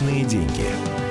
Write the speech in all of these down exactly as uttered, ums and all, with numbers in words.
Личные деньги.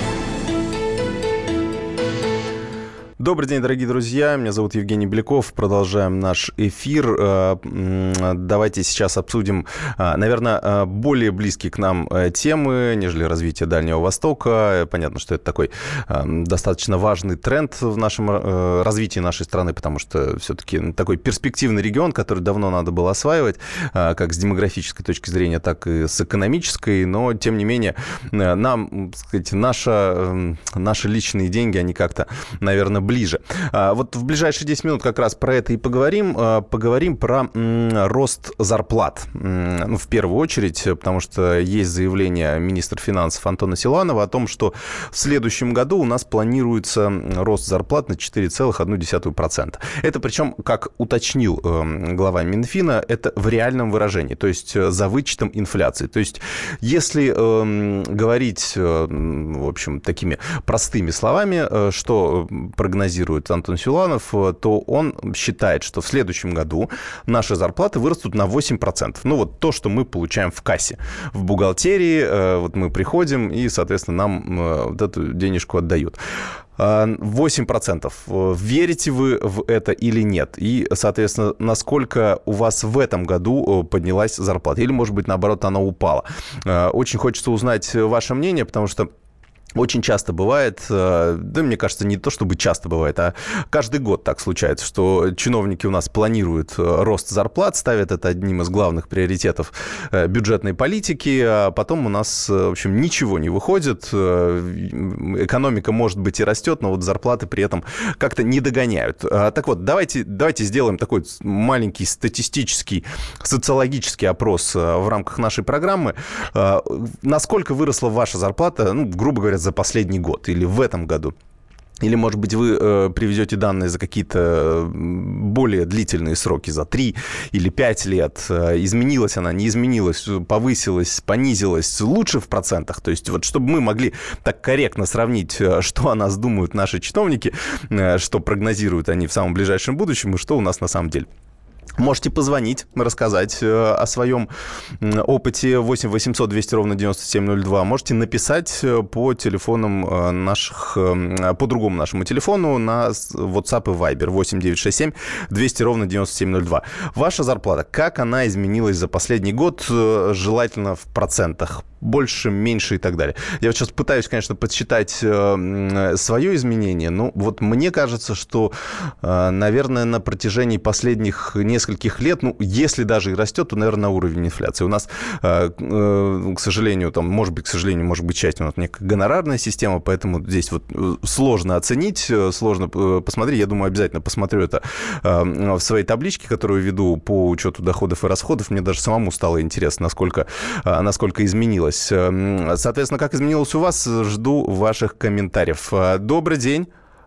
Добрый день, дорогие друзья. Меня зовут Евгений Беляков. Продолжаем наш эфир. Давайте сейчас обсудим, наверное, более близкие к нам темы, нежели развитие Дальнего Востока. Понятно, что это такой достаточно важный тренд в нашем развитии нашей страны, потому что все-таки такой перспективный регион, который давно надо было осваивать, как с демографической точки зрения, так и с экономической. Но, тем не менее, нам, так сказать, наша, наши личные деньги, они как-то, наверное, ближе. Вот в ближайшие десять минут как раз про это и поговорим. Поговорим про рост зарплат. Ну, в первую очередь, потому что есть заявление министра финансов Антона Силуанова о том, что в следующем году у нас планируется рост зарплат на четыре целых одна десятая процента. Это причем, как уточнил глава Минфина, это в реальном выражении, то есть за вычетом инфляции. То есть если говорить, в общем, такими простыми словами, что прогнозирует Антон Силуанов, то он считает, что в следующем году наши зарплаты вырастут на восемь процентов. Ну, вот то, что мы получаем в кассе, в бухгалтерии. Вот мы приходим, и, соответственно, нам вот эту денежку отдают. восемь процентов. Верите вы в это или нет? И, соответственно, насколько у вас в этом году поднялась зарплата? Или, может быть, наоборот, она упала? Очень хочется узнать ваше мнение, потому что очень часто бывает, да, мне кажется, не то чтобы часто бывает, а каждый год так случается, что чиновники у нас планируют рост зарплат, ставят это одним из главных приоритетов бюджетной политики, а потом у нас, в общем, ничего не выходит, экономика, может быть, и растет, но вот зарплаты при этом как-то не догоняют. Так вот, давайте, давайте сделаем такой маленький статистический, социологический опрос в рамках нашей программы. Насколько выросла ваша зарплата, ну, грубо говоря, за последний год или в этом году? Или, может быть, вы э, привезете данные за какие-то более длительные сроки, за три или пять лет. Изменилась она, не изменилась, повысилась, понизилась, лучше в процентах? То есть, вот, чтобы мы могли так корректно сравнить, что о нас думают наши чиновники, э, что прогнозируют они в самом ближайшем будущем и что у нас на самом деле. Можете позвонить, рассказать о своем опыте восемь восемьсот двести ровно девяносто семь ноль два. Можете написать по телефонам наших, по другому нашему телефону на WhatsApp и Viber восемь девятьсот шестьдесят семь двести ровно девяносто семь ноль два. Ваша зарплата, как она изменилась за последний год, желательно в процентах? Больше, меньше и так далее. Я вот сейчас пытаюсь, конечно, подсчитать э, свое изменение, но вот мне кажется, что, э, наверное, на протяжении последних нескольких лет, ну, если даже и растет, то, наверное, на уровне инфляции. У нас, э, э, к сожалению, там, может быть, к сожалению, может быть, частью у нас некая гонорарная система, поэтому здесь вот сложно оценить, сложно посмотреть. Я думаю, обязательно посмотрю это э, в своей табличке, которую веду по учету доходов и расходов. Мне даже самому стало интересно, насколько, э, насколько изменилось. Соответственно, как изменилось у вас, жду ваших комментариев. Добрый день.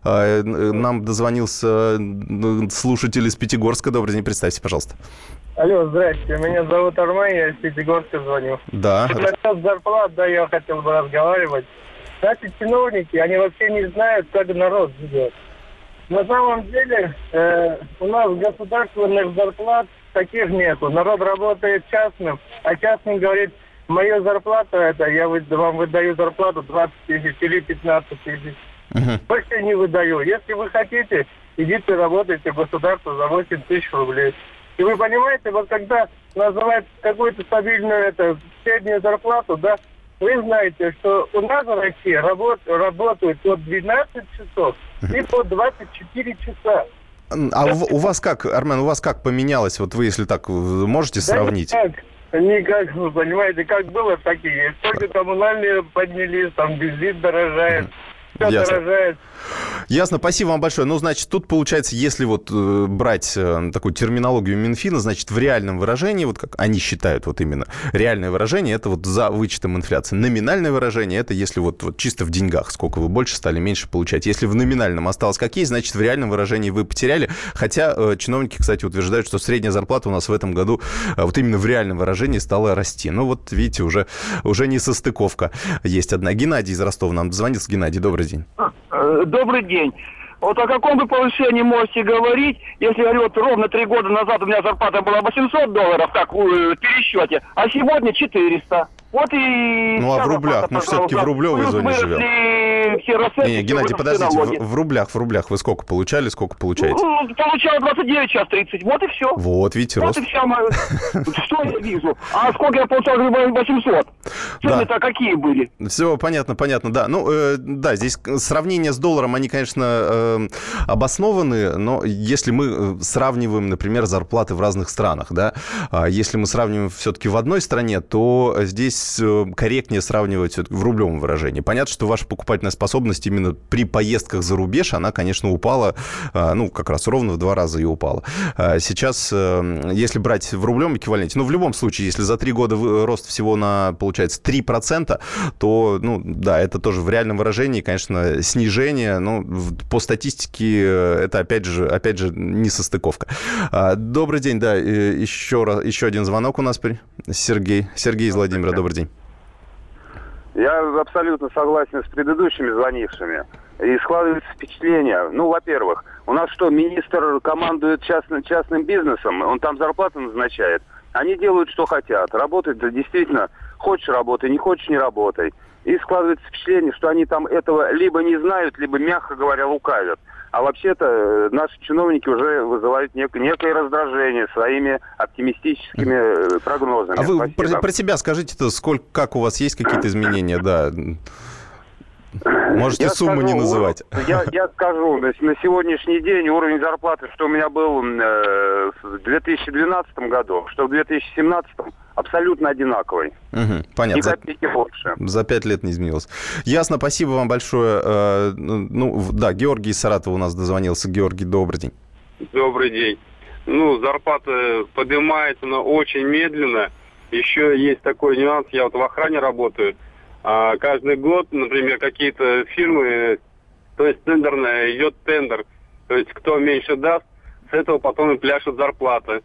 Нам дозвонился слушатель из Пятигорска. Добрый день, представьте, пожалуйста. Алло, здрасте, меня зовут Армен, я из Пятигорска звоню. Да. Насчет зарплат, да, я хотел бы разговаривать. Наши чиновники, они вообще не знают, как народ живет. На самом деле, э, у нас государственных зарплат таких нету. Народ работает частным, а частный говорит: моя зарплата, это я вам выдаю зарплату двадцать тысяч или пятнадцать тысяч. Uh-huh. Больше не выдаю. Если вы хотите, идите работайте в государство за восемь тысяч рублей. И вы понимаете, вот когда называют какую-то стабильную, это, среднюю зарплату, да, вы знаете, что у нас в России работ, работают по двенадцать часов uh-huh. и по двадцать четыре часа. А у, у вас как, Армен, у вас как поменялось? Вот вы, если так, можете да сравнить? Никак. Никак, вы понимаете, как было, так и есть. Только коммунальные поднялись, там бензин дорожает, все Ясно. дорожает. Ясно, спасибо вам большое. Ну, значит, тут получается, если вот э, брать э, такую терминологию Минфина, значит, в реальном выражении, вот как они считают, вот именно реальное выражение, это вот за вычетом инфляции. Номинальное выражение, это если вот, вот чисто в деньгах, сколько вы больше стали, меньше получать. Если в номинальном осталось как есть, значит, в реальном выражении вы потеряли. Хотя э, чиновники, кстати, утверждают, что средняя зарплата у нас в этом году э, вот именно в реальном выражении стала расти. Ну, вот видите, уже, уже не состыковка есть одна. Геннадий из Ростова нам дозвонился. Геннадий, добрый день. Добрый день. Вот о каком вы повышении можете говорить, если, говорю, вот ровно три года назад у меня зарплата была восемьсот долларов, как в пересчете, а сегодня четыреста. Вот и... Ну, а в рублях? Мы же все-таки в рублевой зоне живем. Все расценки, не, не, Геннадий, подождите, в, в рублях, в рублях вы сколько получали, сколько получаете? Ну, получаю двадцать девять, сейчас тридцать, вот и все. Вот, видите, вот рост. И вся моя... Что я вижу? А сколько я получал? восемьсот. Цены-то какие были? Все понятно, понятно, да. Ну, э, да, здесь сравнения с долларом, они, конечно, э, обоснованы, но если мы сравниваем, например, зарплаты в разных странах, да, если мы сравниваем все-таки в одной стране, то здесь корректнее сравнивать в рублевом выражении. Понятно, что ваша покупательная способность именно при поездках за рубеж, она, конечно, упала, ну, как раз ровно в два раза и упала. Сейчас, если брать в рублевом эквиваленте, ну, в любом случае, если за три года рост всего на, получается, три процента, то, ну, да, это тоже в реальном выражении, конечно, снижение, но по статистике это, опять же, опять же, несостыковка. Добрый день, да, еще раз, еще один звонок у нас, Сергей. Сергей из Владимира, добрый день. Я абсолютно согласен с предыдущими звонившими. И складывается впечатление. Ну, во-первых, у нас что, министр командует частным, частным бизнесом, он там зарплату назначает. Они делают, что хотят. Работать, да, действительно, хочешь работай, не хочешь не работай. И складывается впечатление, что они там этого либо не знают, либо, мягко говоря, лукавят. А вообще-то наши чиновники уже вызывают нек- некое раздражение своими оптимистическими прогнозами. А вы про, про себя скажите-то, сколько, как у вас есть какие-то изменения, да? Можете я суммы скажу, не называть. Я, я скажу, на, на сегодняшний день уровень зарплаты, что у меня был э, в две тысячи двенадцатом году, что в две тысячи семнадцатом, абсолютно одинаковый. Угу, понятно. Ни копейки больше. За пять лет не изменилось. Ясно, спасибо вам большое. Э, ну, да, Георгий из Саратова у нас дозвонился. Георгий, добрый день. Добрый день. Ну, зарплата поднимается, но очень медленно. Еще есть такой нюанс, я вот в охране работаю. А каждый год, например, какие-то фирмы, то есть тендерная, идет тендер. То есть кто меньше даст, с этого потом и пляшут зарплаты.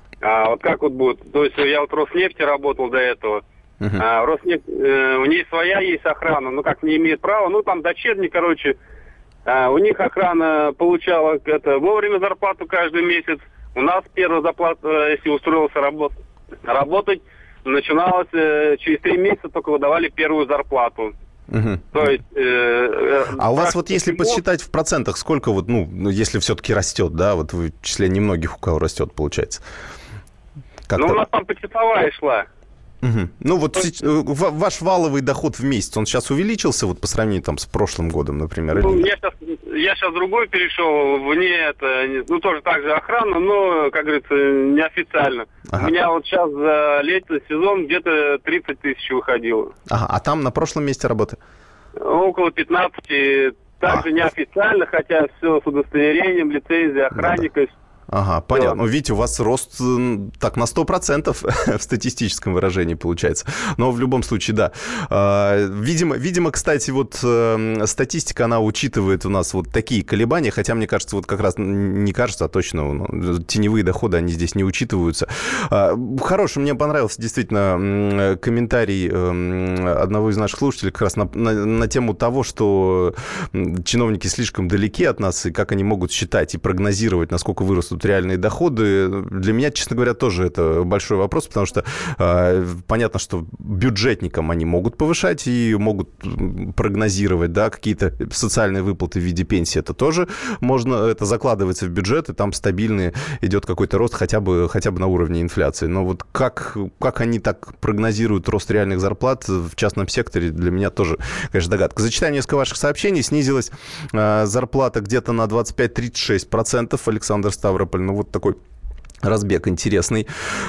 А вот как вот будет? То есть я вот в Роснефти работал до этого. Uh-huh. А, Роснефть, э, у нее своя есть охрана, ну как не имеет права, ну там дочерний, короче. А, у них охрана получала это вовремя зарплату каждый месяц. У нас первая зарплата, если устроился работать, работать начиналось э, через три месяца, только выдавали первую зарплату. Угу. То есть, э, э, а у вас вот если посчитать в процентах, сколько вот, ну, если все-таки растет, да, вот в числе немногих, у кого растет, получается? Как-то... Ну, у нас там почасовая шла. Угу. Ну, вот есть... ваш валовый доход в месяц, он сейчас увеличился вот по сравнению там с прошлым годом, например? Ну, или... я сейчас, я сейчас другой перешел, вне это, ну, тоже так же охрана, но, как говорится, неофициально. Ага. У меня вот сейчас за летний сезон где-то тридцать тысяч выходило. Ага, а там на прошлом месте работы? Около пятнадцати, также а. неофициально, хотя все с удостоверением, лицензией, охранника. Ага, понятно. Ну, видите, у вас рост так на сто процентов в статистическом выражении получается. Но в любом случае, да. Видимо, видимо, кстати, вот статистика, она учитывает у нас вот такие колебания, хотя, мне кажется, вот как раз не кажется, а точно ну, теневые доходы, они здесь не учитываются. Хороший, мне понравился действительно комментарий одного из наших слушателей как раз на, на, на тему того, что чиновники слишком далеки от нас, и как они могут считать и прогнозировать, насколько вырастут реальные доходы. Для меня, честно говоря, тоже это большой вопрос, потому что э, понятно, что бюджетникам они могут повышать и могут прогнозировать, да, какие-то социальные выплаты в виде пенсии. Это тоже можно, это закладывается в бюджет, и там стабильный идет какой-то рост хотя бы, хотя бы на уровне инфляции. Но вот как, как они так прогнозируют рост реальных зарплат в частном секторе, для меня тоже, конечно, догадка. Зачитаем несколько ваших сообщений. Снизилась э, зарплата где-то на двадцать пять - тридцать шесть процентов. Александр Ставрополь. Ну, вот такой разбег интересный.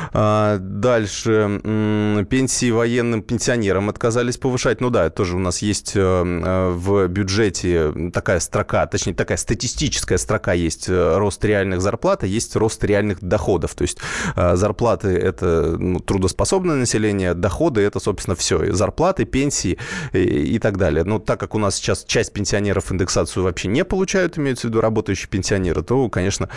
Дальше. Пенсии военным пенсионерам отказались повышать. Ну да, это тоже у нас есть в бюджете такая строка, точнее, такая статистическая строка есть: рост реальных зарплат, а есть рост реальных доходов. То есть зарплаты – это ну, трудоспособное население, доходы – это, собственно, все. И зарплаты, пенсии и, и так далее. Но так как у нас сейчас часть пенсионеров индексацию вообще не получают, имеются в виду работающие пенсионеры, то, конечно,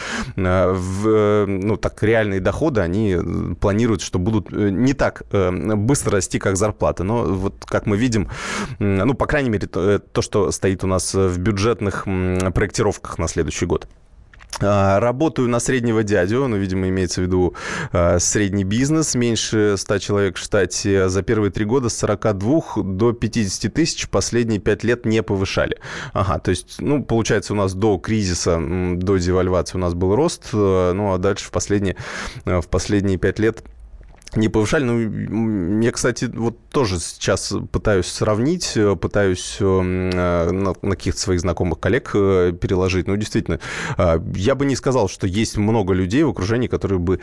в, ну, так, реальные доходы, они планируют, что будут не так быстро расти, как зарплаты. Но вот, как мы видим, ну, по крайней мере, то, то что стоит у нас в бюджетных проектировках на следующий год. Работаю на среднего дядю, ну, видимо, имеется в виду э, средний бизнес, меньше ста человек в штате. За первые три года с сорока двух до пятидесяти тысяч последние пять лет не повышали. Ага, то есть, ну, получается, у нас до кризиса, до девальвации у нас был рост, э, ну, а дальше в последние, э, в последние пять лет не повышали. Ну, я, кстати, вот тоже сейчас пытаюсь сравнить, пытаюсь на каких-то своих знакомых коллег переложить. Ну, действительно, я бы не сказал, что есть много людей в окружении, которые бы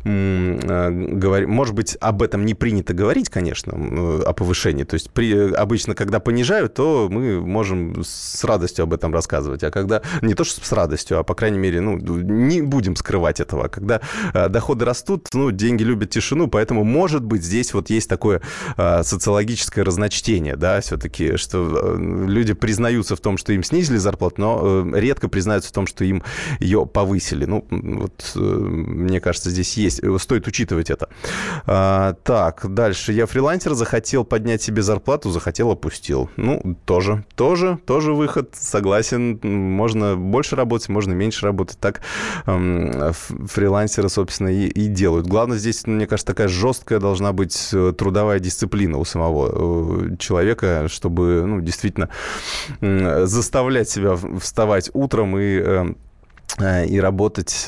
говорили... Может быть, об этом не принято говорить, конечно, о повышении. То есть при... обычно, когда понижают, то мы можем с радостью об этом рассказывать. А когда... Не то, что с радостью, а, по крайней мере, ну, не будем скрывать этого. Когда доходы растут, ну, деньги любят тишину, поэтому, может быть, здесь вот есть такое э, социологическое разночтение, да, все-таки, что э, люди признаются в том, что им снизили зарплату, но э, редко признаются в том, что им ее повысили. Ну, вот, э, мне кажется, здесь есть, стоит учитывать это. А, так, дальше. Я фрилансер, захотел поднять себе зарплату, захотел, опустил. Ну, тоже, тоже, тоже выход, согласен. Можно больше работать, можно меньше работать. Так э, фрилансеры, собственно, и, и делают. Главное здесь, мне кажется, такая жесткая должна быть трудовая дисциплина у самого человека, чтобы, ну, действительно заставлять себя вставать утром и... и работать,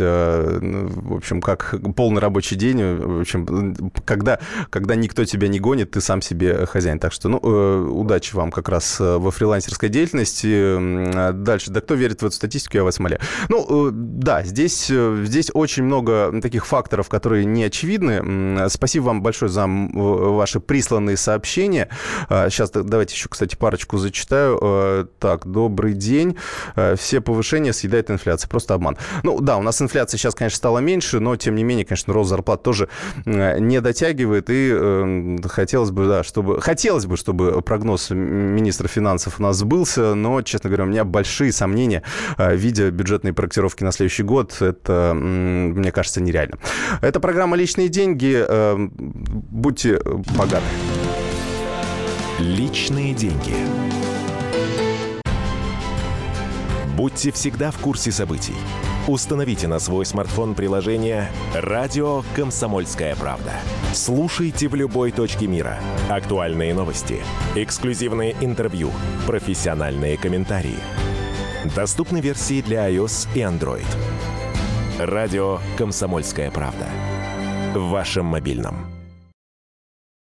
в общем, как полный рабочий день, в общем, когда, когда никто тебя не гонит, ты сам себе хозяин. Так что, ну, удачи вам как раз во фрилансерской деятельности. Дальше, да кто верит в эту статистику, я вас умоляю. Ну, да, здесь, здесь очень много таких факторов, которые не очевидны. Спасибо вам большое за ваши присланные сообщения. Сейчас давайте еще, кстати, парочку зачитаю. Так, добрый день. Все повышения съедает инфляция. Просто обман. Ну да, у нас инфляция сейчас, конечно, стала меньше, но тем не менее, конечно, рост зарплат тоже не дотягивает. И э, хотелось бы, да, чтобы хотелось бы, чтобы прогноз министра финансов у нас сбылся, но, честно говоря, у меня большие сомнения, э, видя бюджетные проектировки на следующий год. Это, э, мне кажется, нереально. Это программа «Личные деньги». Э, будьте богаты. Личные деньги. Будьте всегда в курсе событий. Установите на свой смартфон приложение «Радио Комсомольская правда». Слушайте в любой точке мира. Актуальные новости, эксклюзивные интервью, профессиональные комментарии. Доступны версии для iOS и Android. «Радио Комсомольская правда». В вашем мобильном.